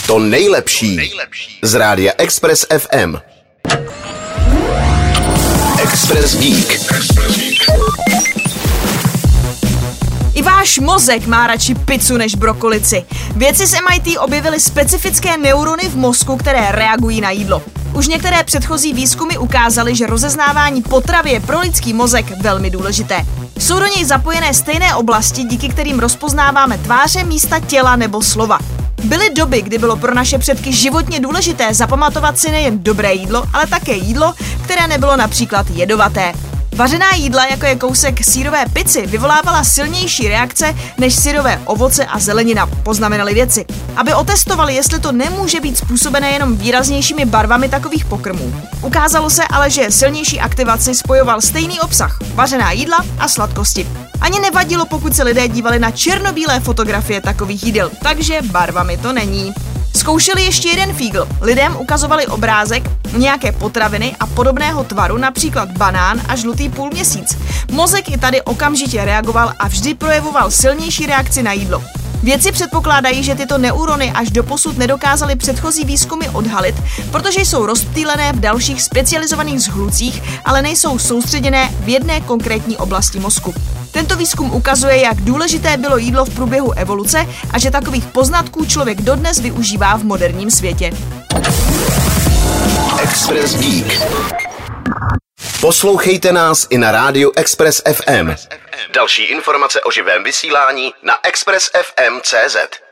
To nejlepší z rádia Express FM. Express Geek. I váš mozek má radši pizzu než brokolici. Vědci z MIT objevili specifické neurony v mozku, které reagují na jídlo. Už některé předchozí výzkumy ukázaly, že rozeznávání potravy je pro lidský mozek velmi důležité. Jsou do něj zapojené stejné oblasti, díky kterým rozpoznáváme tváře, místa těla nebo slova. Byly doby, kdy bylo pro naše předky životně důležité zapamatovat si nejen dobré jídlo, ale také jídlo, které nebylo například jedovaté. Vařená jídla, jako je kousek sýrové pici, vyvolávala silnější reakce než syrové ovoce a zelenina, poznamenali vědci, aby otestovali, jestli to nemůže být způsobené jenom výraznějšími barvami takových pokrmů. Ukázalo se ale, že silnější aktivaci spojoval stejný obsah, vařená jídla a sladkosti. Ani nevadilo, pokud se lidé dívali na černobílé fotografie takových jídel, takže barvami to není. Zkoušeli ještě jeden fígl. Lidem ukazovali obrázek nějaké potraviny a podobného tvaru, například banán a žlutý půlměsíc. Mozek i tady okamžitě reagoval a vždy projevoval silnější reakci na jídlo. Vědci předpokládají, že tyto neurony až doposud nedokázaly předchozí výzkumy odhalit, protože jsou rozptýlené v dalších specializovaných shluzích, ale nejsou soustředěné v jedné konkrétní oblasti mozku. Tento výzkum ukazuje, jak důležité bylo jídlo v průběhu evoluce a že takových poznatků člověk dodnes využívá v moderním světě. Express Geek. Poslouchejte nás i na rádiu Express FM. Další informace o živém vysílání na expressfm.cz.